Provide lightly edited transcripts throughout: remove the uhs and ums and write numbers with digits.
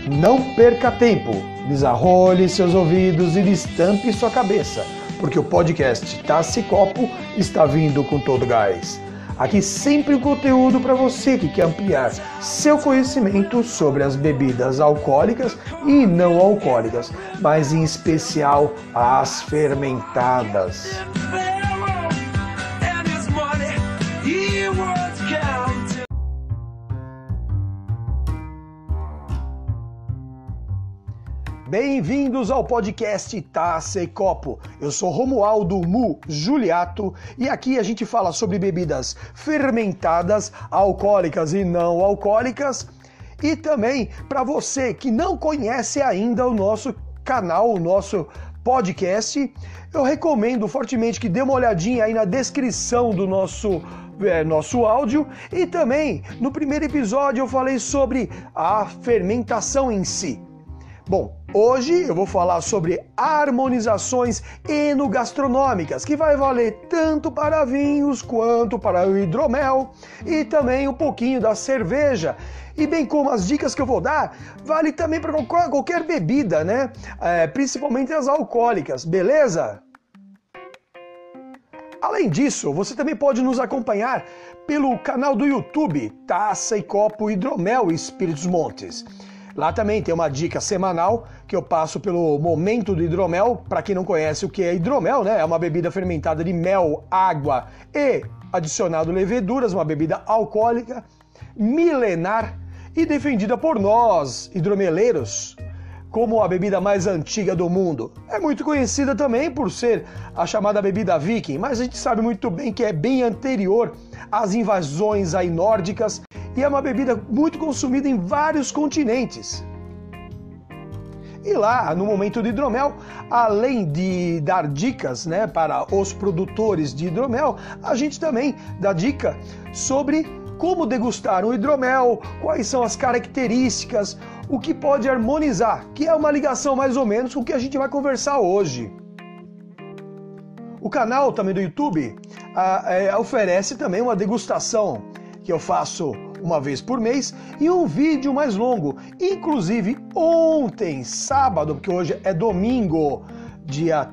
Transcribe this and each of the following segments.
Não perca tempo, desarrole seus ouvidos e destampe sua cabeça, porque o podcast Taça e Copo está vindo com todo gás. Aqui sempre um conteúdo para você que quer ampliar seu conhecimento sobre as bebidas alcoólicas e não alcoólicas, mas em especial as fermentadas. Bem-vindos ao podcast Taça e Copo. Eu sou Romualdo Mu Juliato e aqui a gente fala sobre bebidas fermentadas, alcoólicas e não alcoólicas. E também para você que não conhece ainda o nosso canal, o nosso podcast, eu recomendo fortemente que dê uma olhadinha aí na descrição do nosso áudio. E também no primeiro episódio eu falei sobre a fermentação em si. Bom, hoje eu vou falar sobre harmonizações enogastronômicas, que vai valer tanto para vinhos quanto para o hidromel e também um pouquinho da cerveja. E bem como as dicas que eu vou dar, vale também para qualquer bebida, né? Principalmente as alcoólicas, beleza? Além disso, você também pode nos acompanhar pelo canal do YouTube Taça e Copo Hidromel Espíritos Montes. Lá também tem uma dica semanal que eu passo pelo momento do hidromel. Para quem não conhece o que é hidromel, né? É uma bebida fermentada de mel, água e adicionado leveduras, uma bebida alcoólica, milenar e defendida por nós, hidromeleiros, como a bebida mais antiga do mundo. É muito conhecida também por ser a chamada bebida viking, mas a gente sabe muito bem que é bem anterior às invasões aí nórdicas e é uma bebida muito consumida em vários continentes. E lá, no momento do hidromel, além de dar dicas, né, para os produtores de hidromel, a gente também dá dica sobre como degustar um hidromel, quais são as características, o que pode harmonizar, que é uma ligação mais ou menos com o que a gente vai conversar hoje. O canal também do YouTube oferece também uma degustação que eu faço uma vez por mês e um vídeo mais longo. Inclusive ontem, sábado, porque hoje é domingo, dia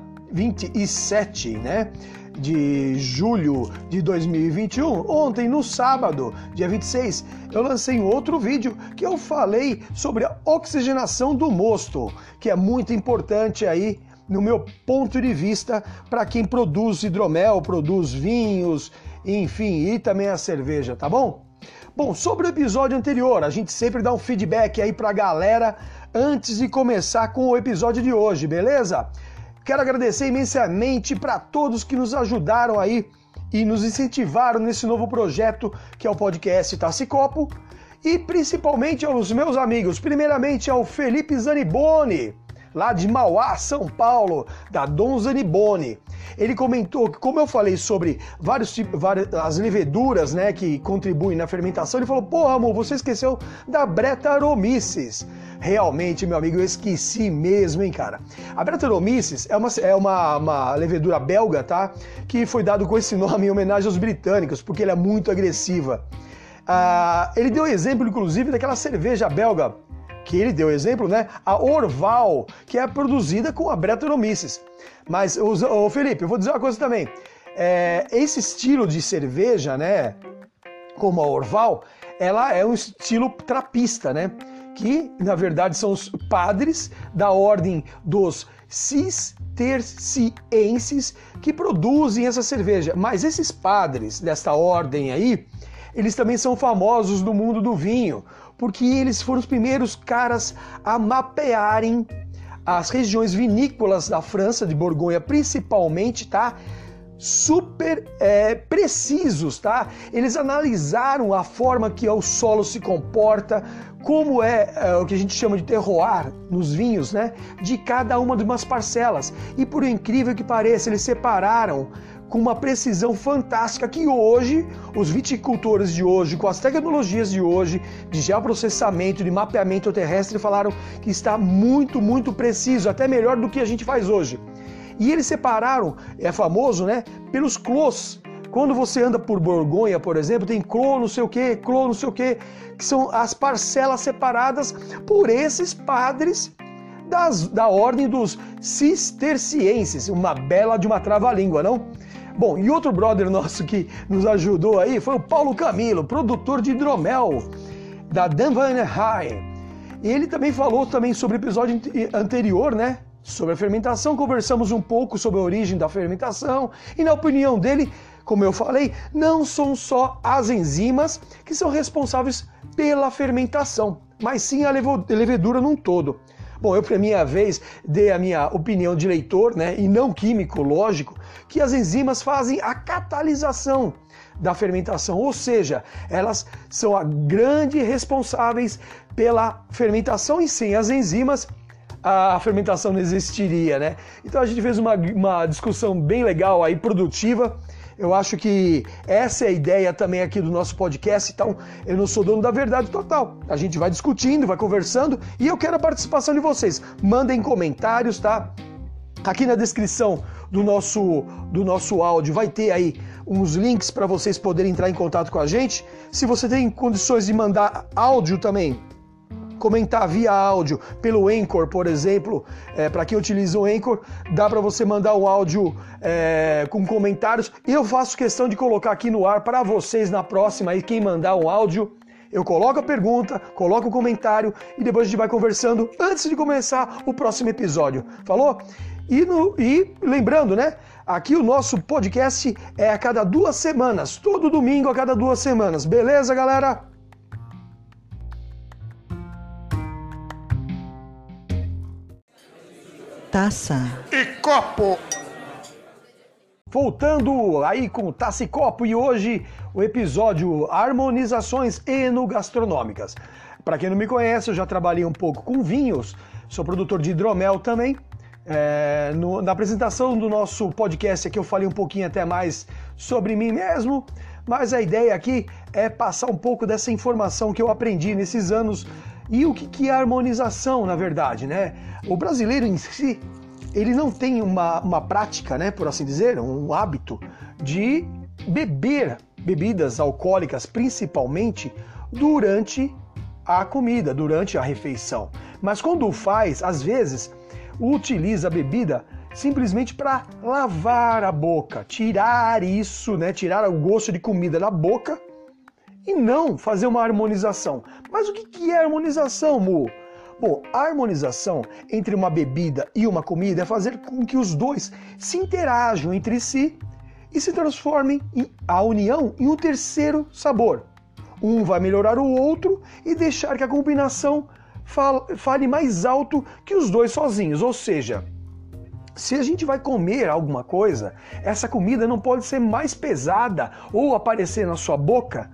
27, né? De julho de 2021, ontem no sábado, dia 26, eu lancei um outro vídeo que eu falei sobre a oxigenação do mosto, que é muito importante aí no meu ponto de vista para quem produz hidromel, produz vinhos, enfim, e também a cerveja, tá bom? Bom, sobre o episódio anterior, a gente sempre dá um feedback aí pra galera antes de começar com o episódio de hoje, beleza? Quero agradecer imensamente para todos que nos ajudaram aí e nos incentivaram nesse novo projeto que é o podcast Taça e Copo e principalmente aos meus amigos, primeiramente ao Felipe Zaniboni, lá de Mauá, São Paulo, da Dom Zaniboni. Ele comentou que, como eu falei sobre várias as leveduras, né, que contribuem na fermentação, ele falou: "Pô, amor, você esqueceu da Brettanomyces". Realmente, meu amigo, eu esqueci mesmo, hein, cara. A Brettanomyces é uma levedura belga, tá? Que foi dado com esse nome em homenagem aos britânicos, porque ela é muito agressiva. Ele deu exemplo, inclusive, daquela cerveja belga, que ele deu exemplo, né? A Orval, que é produzida com a Brettanomyces. Mas, Felipe, eu vou dizer uma coisa também. Esse estilo de cerveja, né? Como a Orval, ela é um estilo trapista, né? Que, na verdade, são os padres da ordem dos cistercienses que produzem essa cerveja. Mas esses padres desta ordem aí, eles também são famosos no mundo do vinho, porque eles foram os primeiros caras a mapearem as regiões vinícolas da França, de Borgonha principalmente, tá? Super precisos, tá? Eles analisaram a forma que o solo se comporta, como é o que a gente chama de terroir nos vinhos, né? De cada uma de umas parcelas. E por incrível que pareça, eles separaram com uma precisão fantástica que hoje, os viticultores de hoje, com as tecnologias de hoje, de geoprocessamento, de mapeamento terrestre, falaram que está muito, muito preciso, até melhor do que a gente faz hoje. E eles separaram, é famoso, né, pelos clos, Quando você anda por Borgonha, por exemplo, tem clô não sei o que, que são as parcelas separadas por esses padres da ordem dos cistercienses. Uma bela de uma trava-língua, não? Bom, e outro brother nosso que nos ajudou aí foi o Paulo Camilo, produtor de hidromel da Danvanheim. E ele também falou sobre o episódio anterior, né? Sobre a fermentação, conversamos um pouco sobre a origem da fermentação e na opinião dele, como eu falei, não são só as enzimas que são responsáveis pela fermentação, mas sim a levedura num todo. Bom, eu, por minha vez, dei a minha opinião de leitor, né, e não químico, lógico, que as enzimas fazem a catalisação da fermentação, ou seja, elas são a grande responsáveis pela fermentação e sem as enzimas a fermentação não existiria, né? Então a gente fez uma discussão bem legal aí, produtiva. Eu acho que essa é a ideia também aqui do nosso podcast, então eu não sou dono da verdade total. A gente vai discutindo, vai conversando e eu quero a participação de vocês. Mandem comentários, tá? Aqui na descrição do nosso áudio vai ter aí uns links para vocês poderem entrar em contato com a gente. Se você tem condições de mandar áudio também, comentar via áudio pelo Anchor, por exemplo, para quem utiliza o Anchor, dá para você mandar um áudio com comentários. Eu faço questão de colocar aqui no ar para vocês na próxima, aí quem mandar um áudio, eu coloco a pergunta, coloco o comentário e depois a gente vai conversando antes de começar o próximo episódio. Falou? E lembrando, né? Aqui o nosso podcast é a cada 2 semanas, todo domingo a cada 2 semanas. Beleza, galera? Taça e copo. Voltando aí com Taça e Copo e hoje o episódio Harmonizações enogastronômicas. Para quem não me conhece, eu já trabalhei um pouco com vinhos, sou produtor de hidromel também. Na apresentação do nosso podcast aqui eu falei um pouquinho até mais sobre mim mesmo, mas a ideia aqui é passar um pouco dessa informação que eu aprendi nesses anos. E o que é harmonização, na verdade, né? O brasileiro em si, ele não tem uma prática, né, por assim dizer, um hábito de beber bebidas alcoólicas, principalmente durante a comida, durante a refeição. Mas quando o faz, às vezes, utiliza a bebida simplesmente para lavar a boca, tirar isso, né, tirar o gosto de comida da boca, e não fazer uma harmonização. Mas o que é harmonização, Mu? Bom, a harmonização entre uma bebida e uma comida é fazer com que os dois se interajam entre si e se transformem a união em um terceiro sabor. Um vai melhorar o outro e deixar que a combinação fale mais alto que os dois sozinhos. Ou seja, se a gente vai comer alguma coisa, essa comida não pode ser mais pesada ou aparecer na sua boca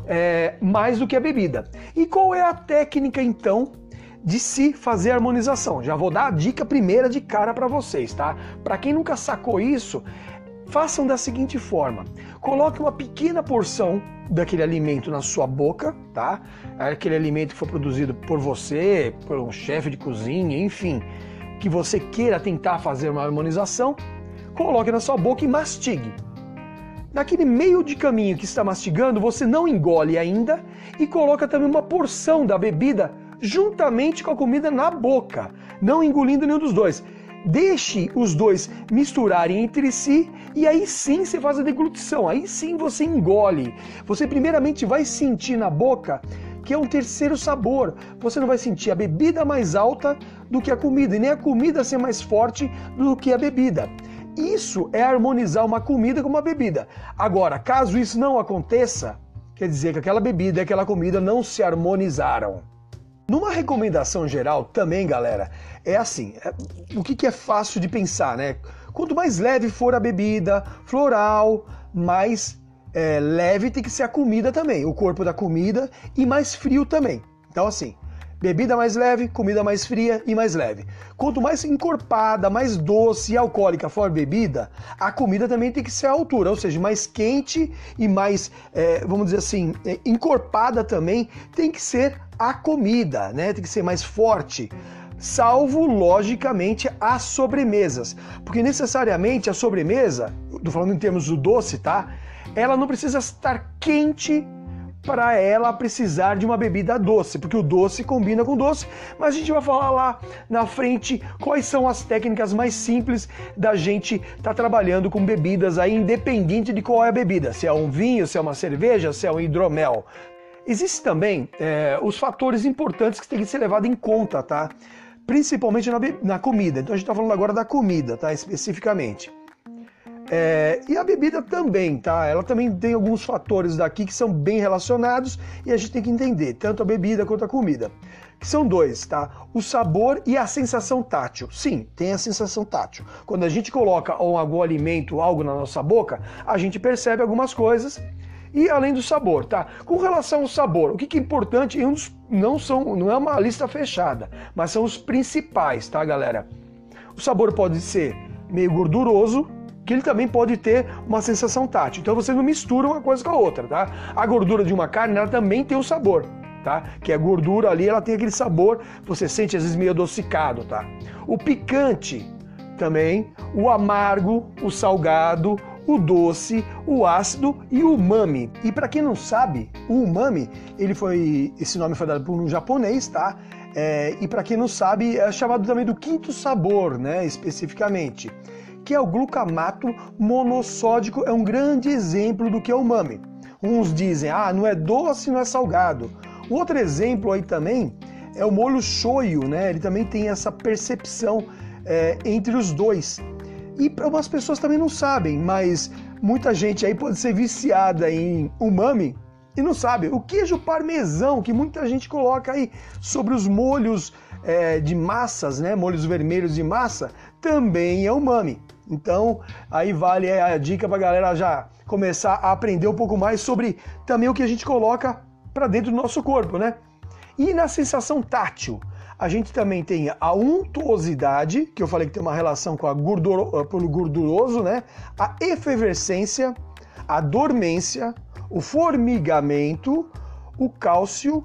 mais do que a bebida. E qual é a técnica, então, de se fazer harmonização? Já vou dar a dica primeira de cara para vocês, tá? Para quem nunca sacou isso, façam da seguinte forma: coloque uma pequena porção daquele alimento na sua boca, tá? Aquele alimento que foi produzido por você, por um chefe de cozinha, enfim, que você queira tentar fazer uma harmonização, coloque na sua boca e mastigue. Naquele meio de caminho que está mastigando, você não engole ainda e coloca também uma porção da bebida juntamente com a comida na boca, não engolindo nenhum dos dois. Deixe os dois misturarem entre si e aí sim você faz a deglutição, aí sim você engole. Você primeiramente vai sentir na boca que é um terceiro sabor. Você não vai sentir a bebida mais alta do que a comida e nem a comida ser mais forte do que a bebida. Isso é harmonizar uma comida com uma bebida. Agora, caso isso não aconteça, quer dizer que aquela bebida e aquela comida não se harmonizaram. Numa recomendação geral também, galera, é assim, o que é fácil de pensar, né? Quanto mais leve for a bebida, floral, mais leve tem que ser a comida também, o corpo da comida, e mais frio também. Então assim, bebida mais leve, comida mais fria e mais leve. Quanto mais encorpada, mais doce e alcoólica for a bebida, a comida também tem que ser à altura, ou seja, mais quente e mais, vamos dizer assim, encorpada também tem que ser a comida, né? Tem que ser mais forte, salvo, logicamente, as sobremesas. Porque necessariamente a sobremesa, tô falando em termos do doce, tá? ela não precisa estar quente para ela precisar de uma bebida doce, porque o doce combina com doce, mas a gente vai falar lá na frente quais são as técnicas mais simples da gente estar trabalhando com bebidas aí, independente de qual é a bebida, se é um vinho, se é uma cerveja, se é um hidromel. Existem também os fatores importantes que tem que ser levado em conta, tá? Principalmente na comida. Então a gente está falando agora da comida, tá? Especificamente. E a bebida também, tá? Ela também tem alguns fatores daqui que são bem relacionados e a gente tem que entender, tanto a bebida quanto a comida. Que são dois, tá? O sabor e a sensação tátil. Sim, tem a sensação tátil. Quando a gente coloca algum alimento, algo na nossa boca, a gente percebe algumas coisas. E além do sabor, tá? Com relação ao sabor, o que é importante, não é uma lista fechada, mas são os principais, tá, galera? O sabor pode ser meio gorduroso, que ele também pode ter uma sensação tátil. Então você não mistura uma coisa com a outra, tá? A gordura de uma carne, ela também tem um sabor, tá? Que a gordura ali, ela tem aquele sabor, você sente às vezes meio adocicado, tá? O picante também, o amargo, o salgado, o doce, o ácido e o umami. E para quem não sabe, o umami, esse nome foi dado por um japonês, tá? E para quem não sabe, é chamado também do quinto sabor, né? Especificamente, que é o glucamato monossódico, é um grande exemplo do que é o umami. Uns dizem, não é doce, não é salgado. Outro exemplo aí também é o molho shoyu, né? Ele também tem essa percepção entre os dois. E algumas pessoas também não sabem, mas muita gente aí pode ser viciada em umami e não sabe. O queijo parmesão, que muita gente coloca aí sobre os molhos de massas, né? Molhos vermelhos de massa, também é umami. Então, aí vale a dica para a galera já começar a aprender um pouco mais sobre também o que a gente coloca para dentro do nosso corpo, né? E na sensação tátil, a gente também tem a untuosidade, que eu falei que tem uma relação com pelo gorduroso, né? A efervescência, a dormência, o formigamento, o cálcio,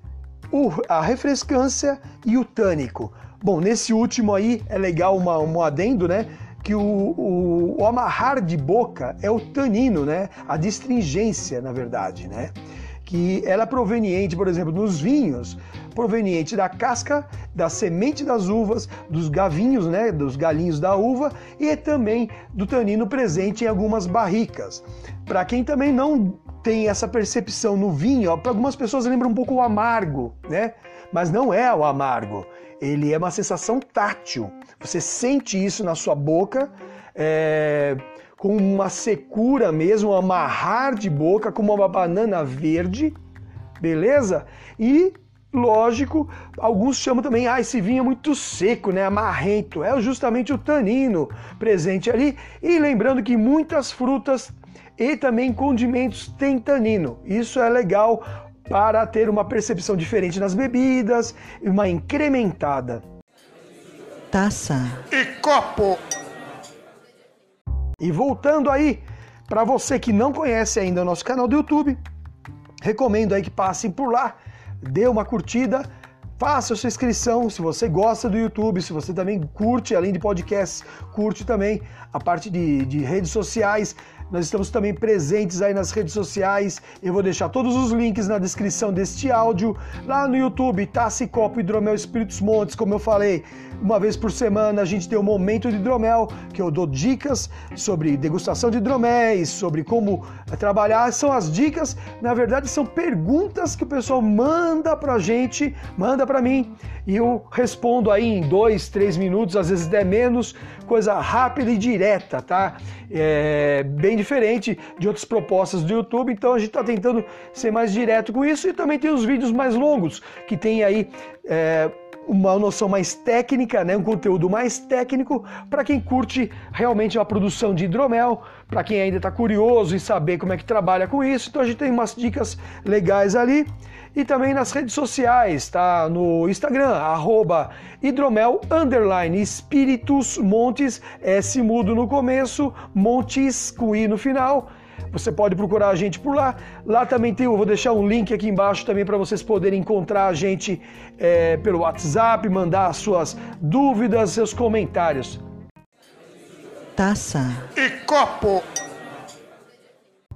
a refrescância e o tânico. Bom, nesse último aí é legal um adendo, né? Que o amarrar de boca é o tanino, né? A distringência, na verdade, né? Que ela é proveniente, por exemplo, nos vinhos, proveniente da casca, da semente das uvas, dos gavinhos, né, dos galinhos da uva e também do tanino presente em algumas barricas. Para quem também não tem essa percepção no vinho, para algumas pessoas lembra um pouco o amargo, né? Mas não é o amargo, ele é uma sensação tátil. Você sente isso na sua boca, com uma secura mesmo, um amarrar de boca, como uma banana verde, beleza? E, lógico, alguns chamam também, esse vinho é muito seco, né, amarrento. É justamente o tanino presente ali. E lembrando que muitas frutas e também condimentos têm tanino. Isso é legal para ter uma percepção diferente nas bebidas e uma incrementada. Taça E copo! E voltando aí, para você que não conhece ainda o nosso canal do YouTube, recomendo aí que passem por lá, dê uma curtida, faça a sua inscrição, se você gosta do YouTube, se você também curte, além de podcasts, curte também a parte de redes sociais. Nós estamos também presentes aí nas redes sociais. Eu vou deixar todos os links na descrição deste áudio. Lá no YouTube, Taça e Copo Hidromel Espíritos Montes, como eu falei, uma vez por semana a gente tem um momento de hidromel, que eu dou dicas sobre degustação de hidroméis, sobre como trabalhar. São as dicas, na verdade são perguntas que o pessoal manda pra gente, manda pra mim, e eu respondo aí em 2, 3 minutos, às vezes até menos, coisa rápida e direta, tá? Bem diferente de outras propostas do YouTube, então a gente está tentando ser mais direto com isso. E também tem os vídeos mais longos, que tem aí uma noção mais técnica, né? Um conteúdo mais técnico para quem curte realmente a produção de hidromel, para quem ainda está curioso em saber como é que trabalha com isso. Então a gente tem umas dicas legais ali. E também nas redes sociais, tá? No Instagram, @hidromel_espíritos montes, S mudo no começo, montes com I no final. Você pode procurar a gente por lá. Lá também eu vou deixar um link aqui embaixo também para vocês poderem encontrar a gente pelo WhatsApp, mandar suas dúvidas, seus comentários. Taça E copo!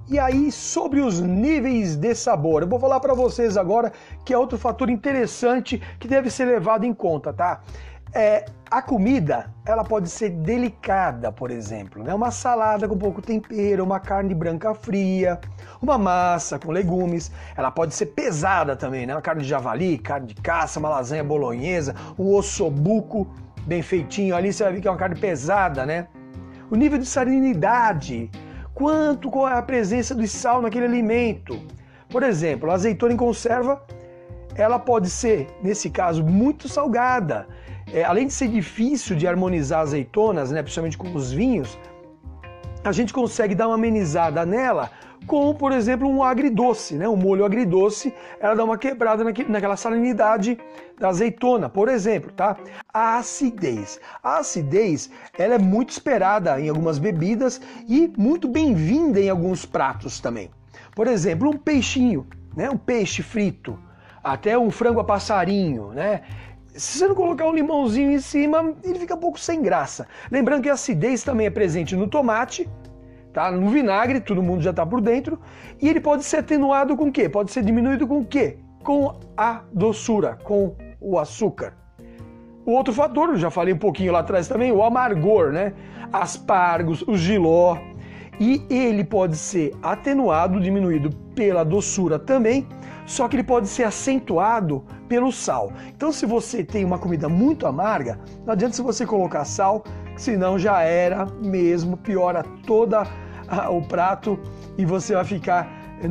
E aí, sobre os níveis de sabor, eu vou falar para vocês agora que é outro fator interessante que deve ser levado em conta, tá? A comida, ela pode ser delicada, por exemplo, né? Uma salada com pouco tempero, uma carne branca fria, uma massa com legumes, ela pode ser pesada também, né? Uma carne de javali, carne de caça, uma lasanha bolonhesa, um ossobuco bem feitinho ali, você vai ver que é uma carne pesada, né? O nível de salinidade, qual é a presença do sal naquele alimento. Por exemplo, a azeitona em conserva, ela pode ser, nesse caso, muito salgada. Além de ser difícil de harmonizar azeitonas, né, principalmente com os vinhos, a gente consegue dar uma amenizada nela com, por exemplo, um agridoce, né? Um molho agridoce, ela dá uma quebrada naquela salinidade da azeitona, por exemplo, tá? A acidez. A acidez, ela é muito esperada em algumas bebidas e muito bem-vinda em alguns pratos também. Por exemplo, um peixinho, né? Um peixe frito, até um frango a passarinho, né? Se você não colocar um limãozinho em cima, ele fica um pouco sem graça. Lembrando que a acidez também é presente no tomate, tá? No vinagre, todo mundo já está por dentro. E ele pode ser atenuado com o quê? Pode ser diminuído com o quê? Com a doçura, com o açúcar. O outro fator, eu já falei um pouquinho lá atrás também, o amargor, né? Aspargos, o jiló. E ele pode ser atenuado, diminuído pela doçura também, só que ele pode ser acentuado pelo sal. Então, se você tem uma comida muito amarga, não adianta se você colocar sal, senão já era mesmo, piora toda o prato e você vai ficar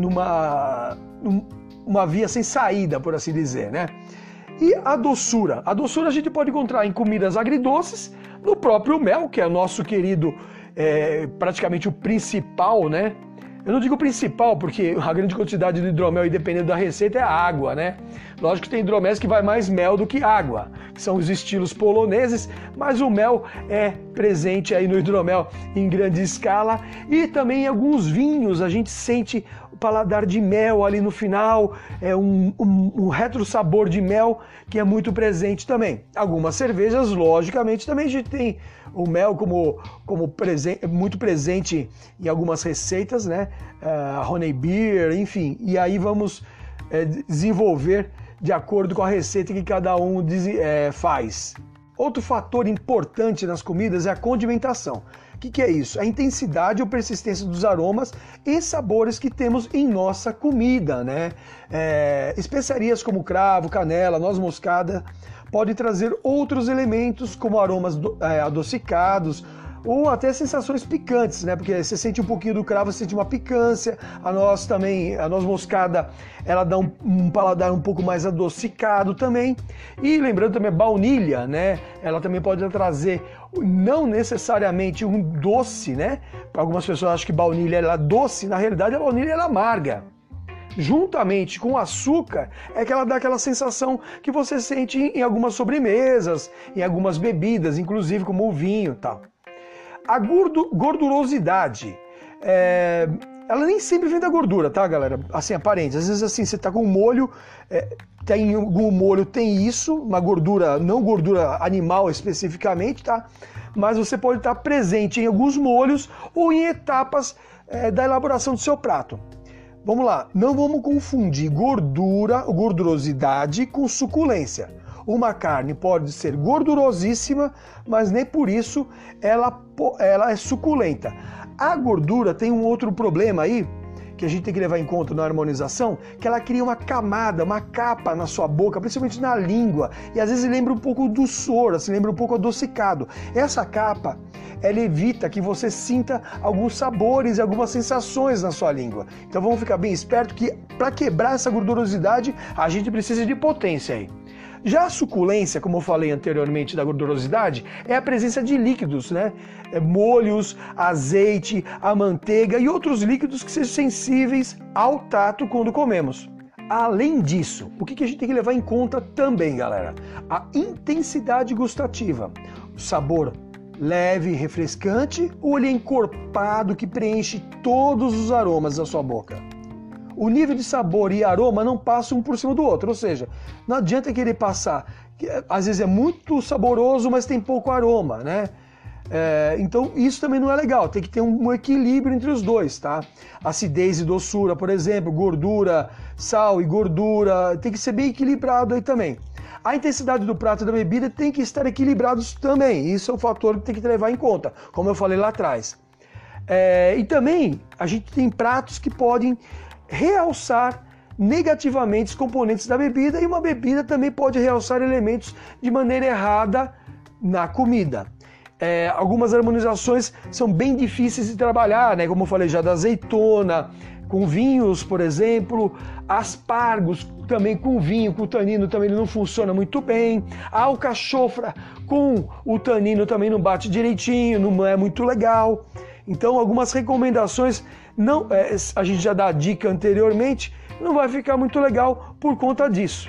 numa via sem saída, por assim dizer, né? E a doçura? A doçura a gente pode encontrar em comidas agridoces, no próprio mel, que é o nosso querido, praticamente o principal, né? Eu não digo principal, porque a grande quantidade de hidromel, e dependendo da receita, é água, né? Lógico que tem hidroméis que vai mais mel do que água, que são os estilos poloneses, mas o mel é presente aí no hidromel em grande escala. E também em alguns vinhos a gente sente o paladar de mel ali no final, um retro sabor de mel que é muito presente também. Algumas cervejas, logicamente, também a gente tem o mel como muito presente em algumas receitas, né? Honey Beer, enfim. E aí vamos desenvolver de acordo com a receita que cada um faz. Outro fator importante nas comidas é a condimentação. O que é isso? A intensidade ou persistência dos aromas e sabores que temos em nossa comida, né? Especiarias como cravo, canela, noz moscada podem trazer outros elementos como aromas adocicados ou até sensações picantes, né? Porque você sente um pouquinho do cravo, você sente uma picância. A noz moscada, ela dá um paladar um pouco mais adocicado também. E lembrando também a baunilha, né? Ela também pode trazer não necessariamente um doce, né? Para algumas pessoas acham que baunilha é doce, na realidade a baunilha é amarga. Juntamente com o açúcar, é que ela dá aquela sensação que você sente em algumas sobremesas, em algumas bebidas, inclusive como o vinho e tal. A gordurosidade, ela nem sempre vem da gordura, tá, galera? Assim, aparente. Às vezes, assim, você tá com um molho, tem algum molho tem isso, uma gordura, não gordura animal especificamente, tá? Mas você pode estar presente em alguns molhos ou em etapas da elaboração do seu prato. Vamos lá, não vamos confundir gordurosidade com suculência. Uma carne pode ser gordurosíssima, mas nem por isso ela é suculenta. A gordura tem um outro problema aí, que a gente tem que levar em conta na harmonização, que ela cria uma camada, uma capa na sua boca, principalmente na língua, e às vezes lembra um pouco do soro, assim, lembra um pouco adocicado. Essa capa, ela evita que você sinta alguns sabores e algumas sensações na sua língua. Então vamos ficar bem esperto que para quebrar essa gordurosidade, a gente precisa de potência aí. Já a suculência, como eu falei anteriormente da gordurosidade, é a presença de líquidos, né? Molhos, azeite, a manteiga e outros líquidos que sejam sensíveis ao tato quando comemos. Além disso, o que a gente tem que levar em conta também, galera? A intensidade gustativa. O sabor leve, refrescante, ou ele é encorpado que preenche todos os aromas da sua boca? O nível de sabor e aroma não passam um por cima do outro, ou seja, não adianta querer passar, às vezes é muito saboroso, mas tem pouco aroma, né? Então isso também não é legal, tem que ter um equilíbrio entre os dois, tá? Acidez e doçura, por exemplo, gordura, sal e gordura, tem que ser bem equilibrado aí também. A intensidade do prato e da bebida tem que estar equilibrados também, isso é um fator que tem que levar em conta, como eu falei lá atrás. E também a gente tem pratos que podem realçar negativamente os componentes da bebida, e uma bebida também pode realçar elementos de maneira errada na comida. Algumas harmonizações são bem difíceis de trabalhar, né? Como eu falei já da azeitona, com vinhos, por exemplo, aspargos também com vinho, com tanino também ele não funciona muito bem, a alcachofra com o tanino também não bate direitinho, não é muito legal. Então algumas recomendações, a gente já dá a dica anteriormente, não vai ficar muito legal por conta disso.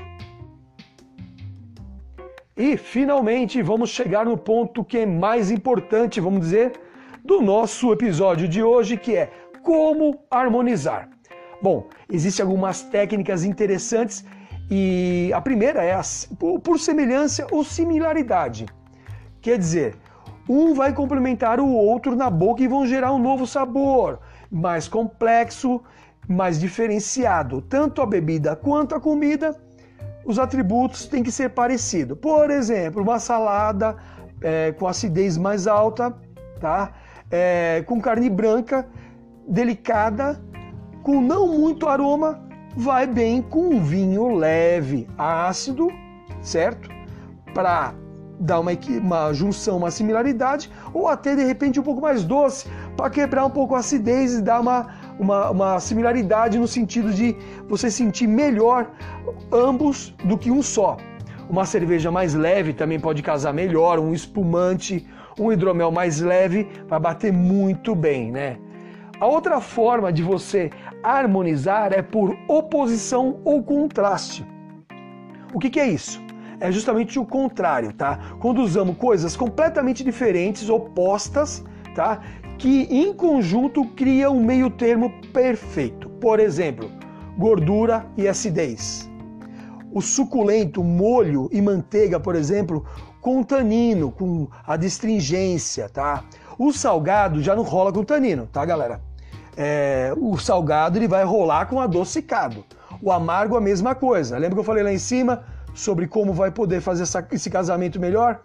E, finalmente, vamos chegar no ponto que é mais importante, vamos dizer, do nosso episódio de hoje, que é como harmonizar. Bom, existem algumas técnicas interessantes e a primeira é por semelhança ou similaridade. Quer dizer, um vai complementar o outro na boca e vão gerar um novo sabor, mais complexo, mais diferenciado. Tanto a bebida quanto a comida, os atributos têm que ser parecidos. Por exemplo, uma salada com acidez mais alta, tá? Com carne branca, delicada, com não muito aroma, vai bem com um vinho leve, ácido, certo? Para dar uma junção, uma similaridade, ou até de repente um pouco mais doce, para quebrar um pouco a acidez e dar uma similaridade no sentido de você sentir melhor ambos do que um só. Uma cerveja mais leve também pode casar melhor, um espumante, um hidromel mais leve vai bater muito bem, né? A outra forma de você harmonizar é por oposição ou contraste. O que é isso? É justamente o contrário, tá? Quando usamos coisas completamente diferentes, opostas, tá? Que em conjunto cria um meio termo perfeito. Por exemplo, gordura e acidez. O suculento, molho e manteiga, por exemplo, com tanino, com a astringência, tá? O salgado já não rola com tanino, tá, galera? O salgado ele vai rolar com adocicado. O amargo a mesma coisa. Lembra que eu falei lá em cima sobre como vai poder fazer esse casamento melhor?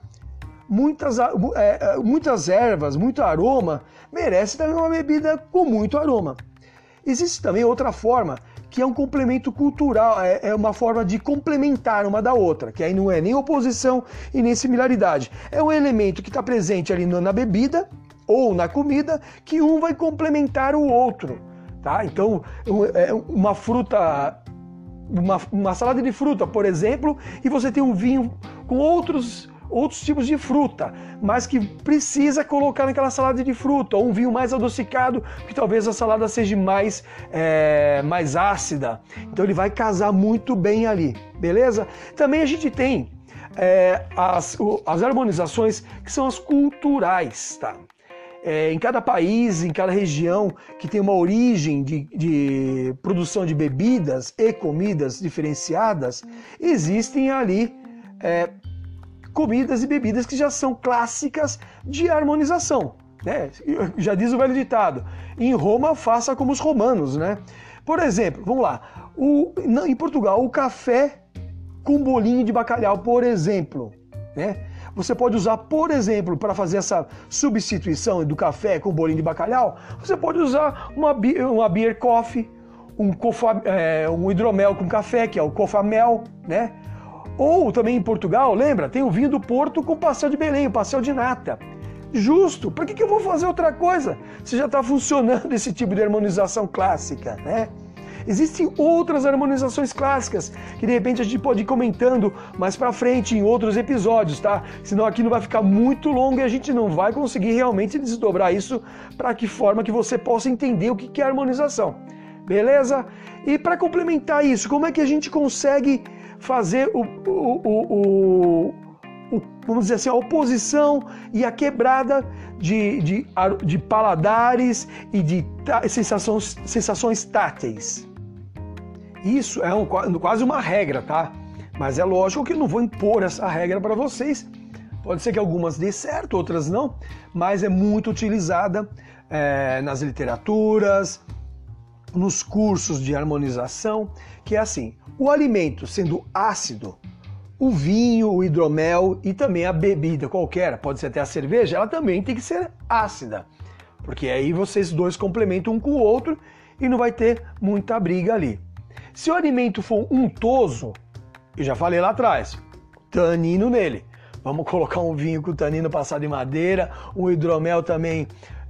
Muitas ervas, muito aroma, merece também uma bebida com muito aroma. Existe também outra forma, que é um complemento cultural, é uma forma de complementar uma da outra, que aí não é nem oposição e nem similaridade. É um elemento que está presente ali na bebida ou na comida, que um vai complementar o outro, tá? Então, uma fruta, uma salada de fruta, por exemplo, e você tem um vinho com outros tipos de fruta, mas que precisa colocar naquela salada de fruta, ou um vinho mais adocicado, que talvez a salada seja mais ácida. Então ele vai casar muito bem ali, beleza? Também a gente tem as harmonizações que são as culturais, tá? Em cada país, em cada região que tem uma origem de produção de bebidas e comidas diferenciadas, existem ali comidas e bebidas que já são clássicas de harmonização, né? Já diz o velho ditado, em Roma faça como os romanos, né? Por exemplo, vamos lá, em Portugal, o café com bolinho de bacalhau, por exemplo, né? Você pode usar, por exemplo, para fazer essa substituição do café com bolinho de bacalhau, você pode usar uma beer coffee, um hidromel com café, que é o cofamel, né? Ou também em Portugal, lembra? Tem o vinho do Porto com pastel de Belém, o pastel de nata. Justo, por que eu vou fazer outra coisa se já está funcionando esse tipo de harmonização clássica, né? Existem outras harmonizações clássicas que de repente a gente pode ir comentando mais pra frente em outros episódios, tá? Senão aqui não vai ficar muito longo e a gente não vai conseguir realmente desdobrar isso para que forma que você possa entender o que é harmonização. Beleza? E para complementar isso, como é que a gente consegue fazer vamos dizer assim, a oposição e a quebrada de paladares e de sensações táteis? Isso é quase uma regra, tá? Mas é lógico que eu não vou impor essa regra para vocês, Pode ser que algumas dê certo, outras não, mas é muito utilizada nas literaturas, nos cursos de harmonização, que é assim, o alimento sendo ácido, o vinho, o hidromel e também a bebida qualquer, pode ser até a cerveja, ela também tem que ser ácida, porque aí vocês dois complementam um com o outro e não vai ter muita briga ali. Se o alimento for untoso, eu já falei lá atrás, tanino nele. Vamos colocar um vinho com tanino passado em madeira, um hidromel também,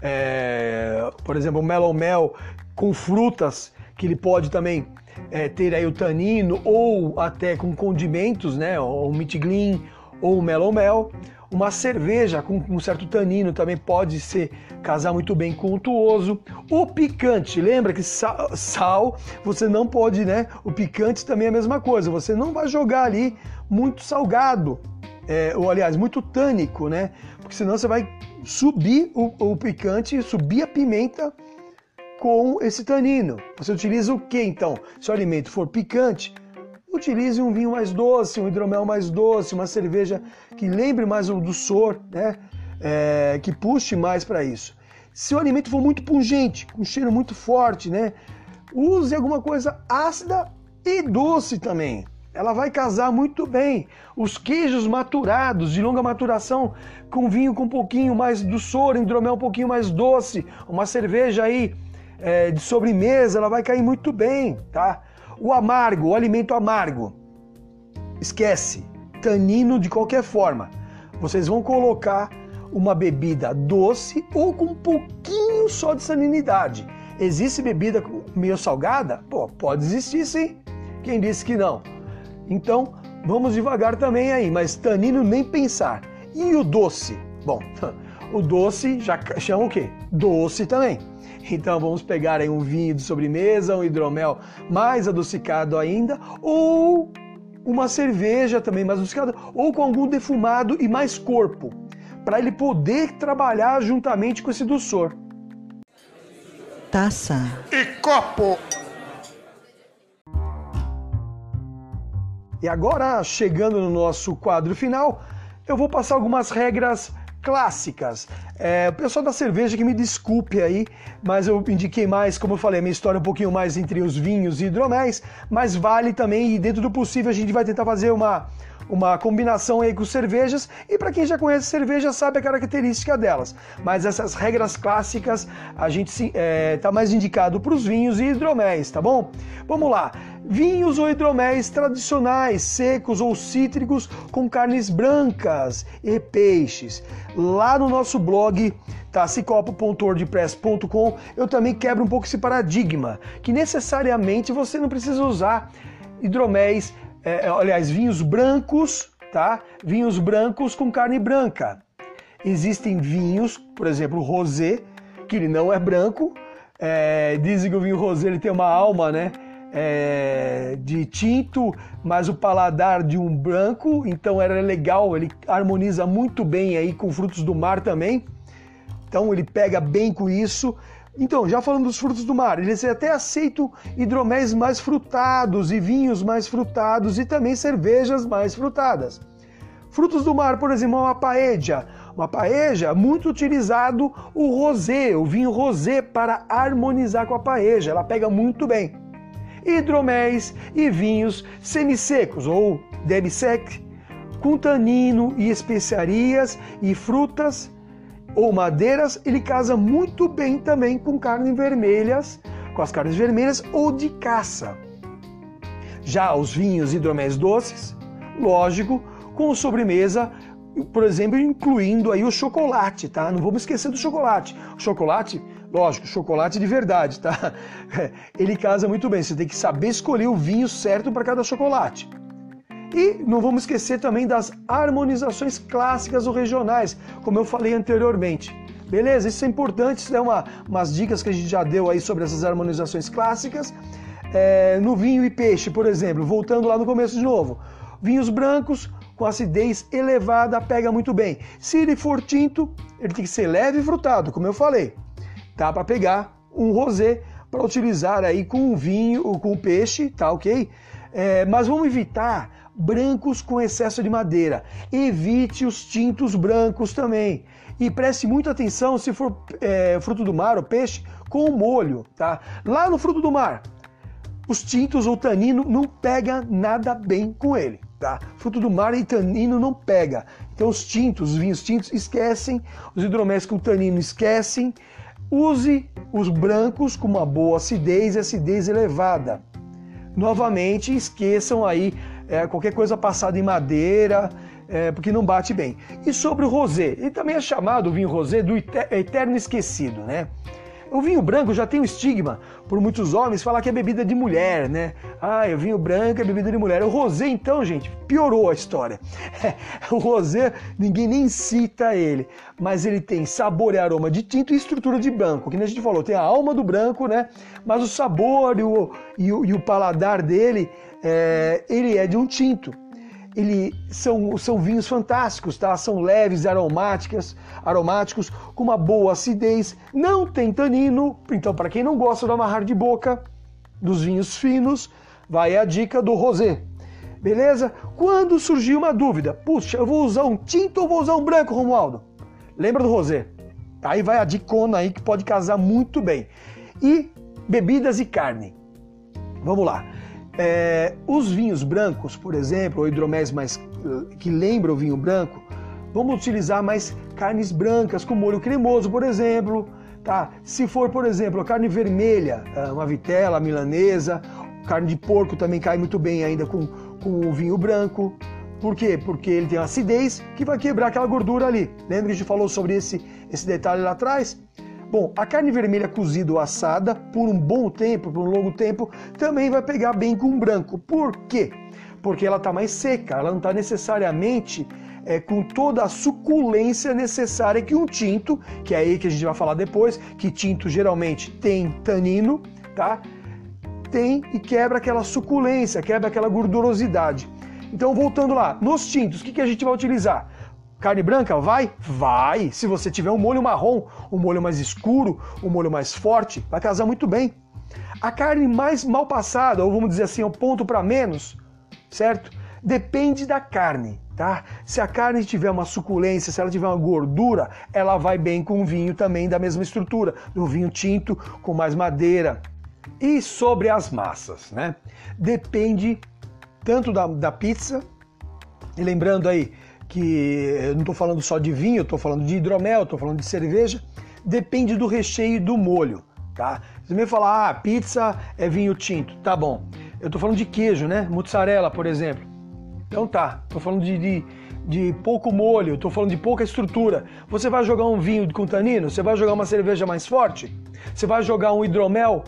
por exemplo, um melomel com frutas, que ele pode também ter aí o tanino, ou até com condimentos, né, ou um mitiglin, ou um melomel. Uma cerveja com um certo tanino também pode casar muito bem com o untuoso. O picante, lembra que sal você não pode, né? O picante também é a mesma coisa, você não vai jogar ali muito salgado, ou aliás, muito tânico, né? Porque senão você vai subir o picante, subir a pimenta com esse tanino. Você utiliza o que então? Se o alimento for picante, utilize um vinho mais doce, um hidromel mais doce, uma cerveja que lembre mais o doçor, né? Que puxe mais para isso. Se o alimento for muito pungente, com cheiro muito forte, né? Use alguma coisa ácida e doce também. Ela vai casar muito bem. Os queijos maturados, de longa maturação, com vinho com um pouquinho mais doçor, hidromel um pouquinho mais doce, uma cerveja aí de sobremesa, ela vai cair muito bem, tá? O amargo, o alimento amargo, esquece, tanino de qualquer forma. Vocês vão colocar uma bebida doce ou com um pouquinho só de salinidade. Existe bebida meio salgada? Pô, pode existir sim. Quem disse que não? Então, vamos devagar também aí, mas tanino nem pensar. E o doce? Bom, o doce já chama o quê? Doce também. Então vamos pegar aí um vinho de sobremesa, um hidromel mais adocicado ainda, ou uma cerveja também mais adocicada, ou com algum defumado e mais corpo, para ele poder trabalhar juntamente com esse doçor. Taça e copo. E agora, chegando no nosso quadro final, eu vou passar algumas regras clássicas. O pessoal da cerveja que me desculpe aí, mas eu indiquei mais, como eu falei, a minha história um pouquinho mais entre os vinhos e hidroméis, mas vale também, e dentro do possível a gente vai tentar fazer uma combinação aí com cervejas, e para quem já conhece cerveja sabe a característica delas, mas essas regras clássicas a gente tá mais indicado para os vinhos e hidroméis, tá bom? Vamos lá. Vinhos ou hidroméis tradicionais, secos ou cítricos, com carnes brancas e peixes. Lá no nosso blog, tacicopo.wordpress.com, eu também quebro um pouco esse paradigma, que necessariamente você não precisa usar hidroméis, vinhos brancos, tá? Vinhos brancos com carne branca. Existem vinhos, por exemplo, o rosé, que ele não é branco. Dizem que o vinho rosé ele tem uma alma, né? De tinto, mas o paladar de um branco, então era legal, ele harmoniza muito bem aí com frutos do mar também, então ele pega bem com isso. Então, já falando dos frutos do mar, eles até aceitam hidroméis mais frutados e vinhos mais frutados e também cervejas mais frutadas. Frutos do mar, por exemplo, uma paella, muito utilizado o rosé, o vinho rosé para harmonizar com a paella, ela pega muito bem. Hidroméis e vinhos semissecos ou demi-sec, com tanino e especiarias e frutas ou madeiras, ele casa muito bem também com carnes vermelhas ou de caça. Já os vinhos e hidroméis doces, lógico, com sobremesa, por exemplo, incluindo aí o chocolate, tá? Não vamos esquecer do chocolate. O chocolate, lógico, chocolate de verdade, tá? Ele casa muito bem, você tem que saber escolher o vinho certo para cada chocolate. E não vamos esquecer também das harmonizações clássicas ou regionais, como eu falei anteriormente. Beleza? Isso é importante, isso é umas dicas que a gente já deu aí sobre essas harmonizações clássicas. No vinho e peixe, por exemplo, voltando lá no começo de novo, vinhos brancos com acidez elevada pega muito bem. Se ele for tinto, ele tem que ser leve e frutado, como eu falei. Tá? Para pegar um rosé para utilizar aí com o vinho ou com o peixe, tá ok? Mas vamos evitar brancos com excesso de madeira. Evite os tintos brancos também. E preste muita atenção se for fruto do mar ou peixe com molho, tá? Lá no fruto do mar, os tintos ou tanino não pega nada bem com ele, tá? Fruto do mar e tanino não pega. Então os vinhos tintos esquecem, os hidroméis com tanino esquecem. Use os brancos com uma boa acidez e acidez elevada. Novamente, esqueçam aí qualquer coisa passada em madeira, porque não bate bem. E sobre o rosé, ele também é chamado, o vinho rosé, do eterno esquecido, né? O vinho branco já tem um estigma, por muitos homens, falar que é bebida de mulher, né? O vinho branco é bebida de mulher. O rosé, então, gente, piorou a história. O rosé, ninguém nem cita ele, mas ele tem sabor e aroma de tinto e estrutura de branco, que nem a gente falou, tem a alma do branco, né? Mas o sabor e o paladar dele, ele é de um tinto. São vinhos fantásticos, tá? São leves, aromáticos, com uma boa acidez, não tem tanino. Então, para quem não gosta do amarrar de boca, dos vinhos finos, vai a dica do rosé. Beleza? Quando surgiu uma dúvida, puxa, eu vou usar um tinto ou vou usar um branco, Romualdo? Lembra do rosé? Aí vai a dicona aí que pode casar muito bem. E bebidas e carne. Vamos lá. Os vinhos brancos, por exemplo, ou hidroméis que lembram o vinho branco, vamos utilizar mais carnes brancas com molho cremoso, por exemplo. Tá? Se for, por exemplo, a carne vermelha, uma vitela, milanesa, carne de porco também cai muito bem ainda com o vinho branco. Por quê? Porque ele tem acidez que vai quebrar aquela gordura ali. Lembra que a gente falou sobre esse detalhe lá atrás? Bom, a carne vermelha cozida ou assada por um bom tempo, por um longo tempo, também vai pegar bem com o branco. Por quê? Porque ela está mais seca, ela não está necessariamente com toda a suculência necessária que um tinto, que é aí que a gente vai falar depois, que tinto geralmente tem tanino, tá? Tem e quebra aquela suculência, quebra aquela gordurosidade. Então, voltando lá, nos tintos, o que a gente vai utilizar? Carne branca? Vai? Vai! Se você tiver um molho marrom, um molho mais escuro, um molho mais forte, vai casar muito bem. A carne mais mal passada, ou vamos dizer assim, ao ponto para menos, certo? Depende da carne, tá? Se a carne tiver uma suculência, se ela tiver uma gordura, ela vai bem com o vinho também da mesma estrutura, do vinho tinto com mais madeira. E sobre as massas, né? Depende tanto da pizza, e lembrando aí, que eu não estou falando só de vinho, eu estou falando de hidromel, estou falando de cerveja, depende do recheio e do molho, tá? Você me fala, pizza é vinho tinto, tá bom. Eu estou falando de queijo, né? Mozzarella, por exemplo. Então tá, estou falando de pouco molho, estou falando de pouca estrutura. Você vai jogar um vinho com tanino? Você vai jogar uma cerveja mais forte? Você vai jogar um hidromel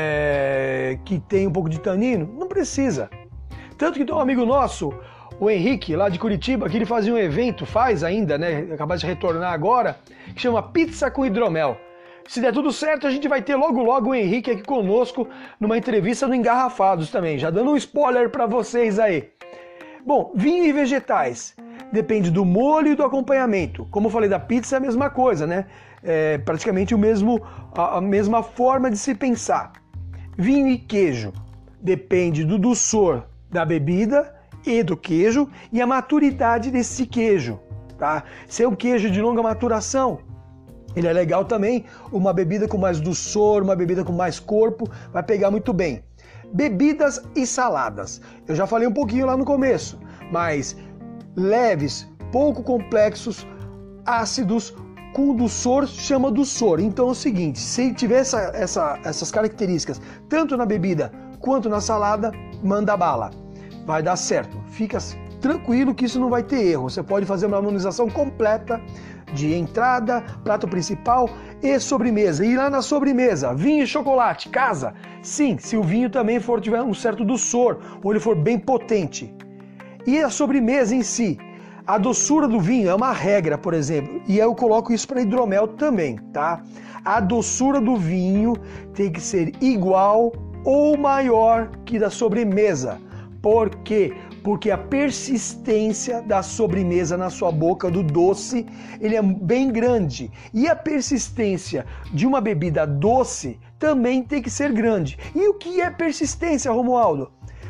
que tem um pouco de tanino? Não precisa. Tanto que tem um amigo nosso, o Henrique, lá de Curitiba, que ele fazia um evento, faz ainda, né? Acabou de retornar agora, que chama Pizza com Hidromel. Se der tudo certo, a gente vai ter logo o Henrique aqui conosco numa entrevista no Engarrafados também, já dando um spoiler para vocês aí. Bom, vinho e vegetais. Depende do molho e do acompanhamento. Como eu falei da pizza, é a mesma coisa, né? É praticamente a mesma forma de se pensar. Vinho e queijo. Depende do doçor da bebida e do queijo e a maturidade desse queijo, tá? Se é um queijo de longa maturação, ele é legal também, uma bebida com mais doçor, uma bebida com mais corpo, vai pegar muito bem. Bebidas e saladas. Eu já falei um pouquinho lá no começo, mas leves, pouco complexos, ácidos, com doçor, chama doçor. Então é o seguinte, se tiver essas características, tanto na bebida quanto na salada, manda bala. Vai dar certo. Fica tranquilo que isso não vai ter erro. Você pode fazer uma harmonização completa de entrada, prato principal e sobremesa. E lá na sobremesa, vinho e chocolate, casa? Sim, se o vinho também tiver um certo doçor, ou ele for bem potente. E a sobremesa em si? A doçura do vinho é uma regra, por exemplo, e eu coloco isso para hidromel também, tá? A doçura do vinho tem que ser igual ou maior que da sobremesa. Por quê? Porque a persistência da sobremesa na sua boca, do doce, ele é bem grande. E a persistência de uma bebida doce também tem que ser grande. E o que é persistência, Romualdo?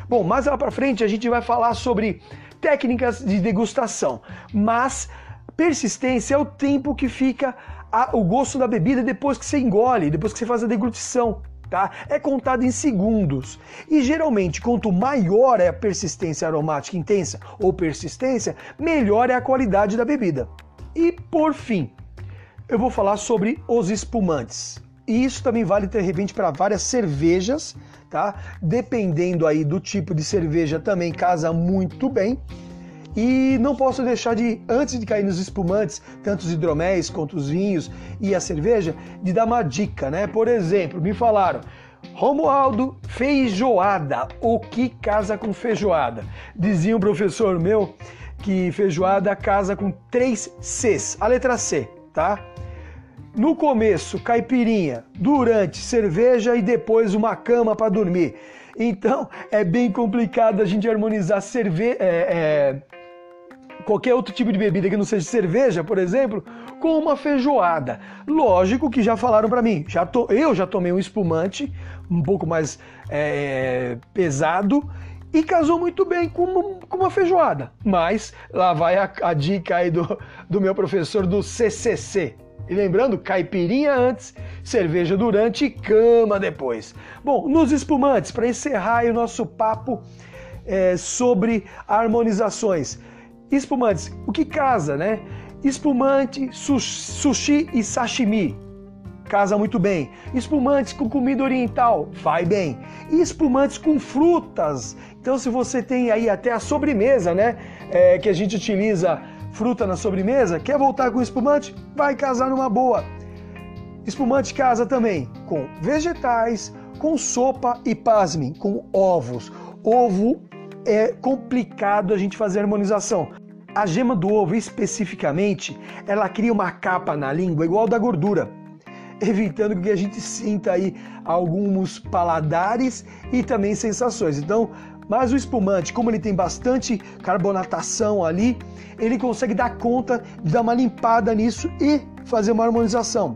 Bom, mais lá para frente a gente vai falar sobre técnicas de degustação, mas persistência é o tempo que fica o gosto da bebida depois que você engole, depois que você faz a deglutição. Tá? É contado em segundos. E geralmente, quanto maior é a persistência aromática intensa ou persistência, melhor é a qualidade da bebida. E por fim, eu vou falar sobre os espumantes. E isso também vale de repente para várias cervejas, tá? Dependendo aí do tipo de cerveja também casa muito bem. E não posso deixar de, antes de cair nos espumantes, tanto os hidroméis quanto os vinhos e a cerveja, de dar uma dica, né? Por exemplo, me falaram, Romualdo, feijoada, o que casa com feijoada? Dizia um professor meu que feijoada casa com 3 Cs, a letra C, tá? No começo, caipirinha, durante, cerveja e depois uma cama para dormir. Então, é bem complicado a gente harmonizar qualquer outro tipo de bebida que não seja cerveja, por exemplo, com uma feijoada. Lógico que já falaram para mim, eu já tomei um espumante um pouco mais pesado e casou muito bem com uma feijoada. Mas lá vai a dica aí do meu professor do CCC. E lembrando, caipirinha antes, cerveja durante e cama depois. Bom, nos espumantes, para encerrar aí o nosso papo sobre harmonizações. Espumantes, o que casa, né? Espumante, sushi e sashimi, casa muito bem. Espumantes com comida oriental, vai bem. E espumantes com frutas. Então, se você tem aí até a sobremesa, né? Que a gente utiliza fruta na sobremesa, quer voltar com espumante? Vai casar numa boa. Espumante casa também com vegetais, com sopa e, pasmem, com ovos. Ovo é complicado a gente fazer harmonização. A gema do ovo, especificamente, ela cria uma capa na língua igual da gordura, evitando que a gente sinta aí alguns paladares e também sensações. Então, mas o espumante, como ele tem bastante carbonatação ali, ele consegue dar conta de dar uma limpada nisso e fazer uma harmonização.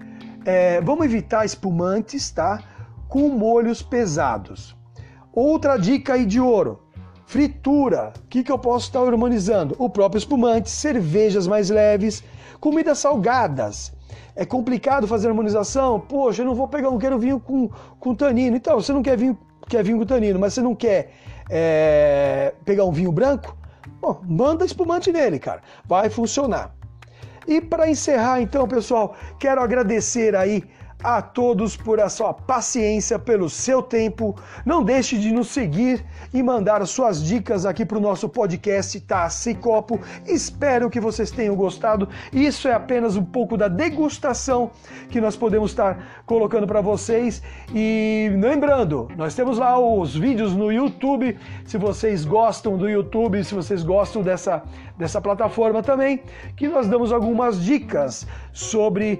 Vamos evitar espumantes, tá? Com molhos pesados. Outra dica aí de ouro. Fritura, o que eu posso estar harmonizando? O próprio espumante, cervejas mais leves, comidas salgadas. É complicado fazer harmonização? Poxa, eu não quero vinho com tanino. Então, você não quer vinho com tanino, mas você não quer pegar um vinho branco? Bom, manda espumante nele, cara. Vai funcionar. E para encerrar, então, pessoal, quero agradecer aí a todos por a sua paciência, pelo seu tempo. Não deixe de nos seguir e mandar suas dicas aqui para o nosso podcast Taça e Copo. Espero que vocês tenham gostado. Isso é apenas um pouco da degustação que nós podemos estar colocando para vocês. E lembrando, nós temos lá os vídeos no YouTube. Se vocês gostam do YouTube, se vocês gostam dessa plataforma também, que nós damos algumas dicas sobre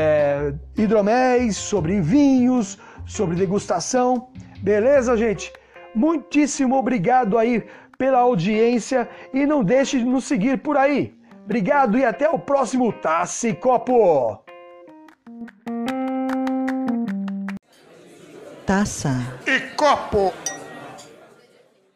hidroméis, sobre vinhos, sobre degustação. Beleza, gente? Muitíssimo obrigado aí pela audiência e não deixe de nos seguir por aí. Obrigado e até o próximo Taça e Copo! Taça e Copo!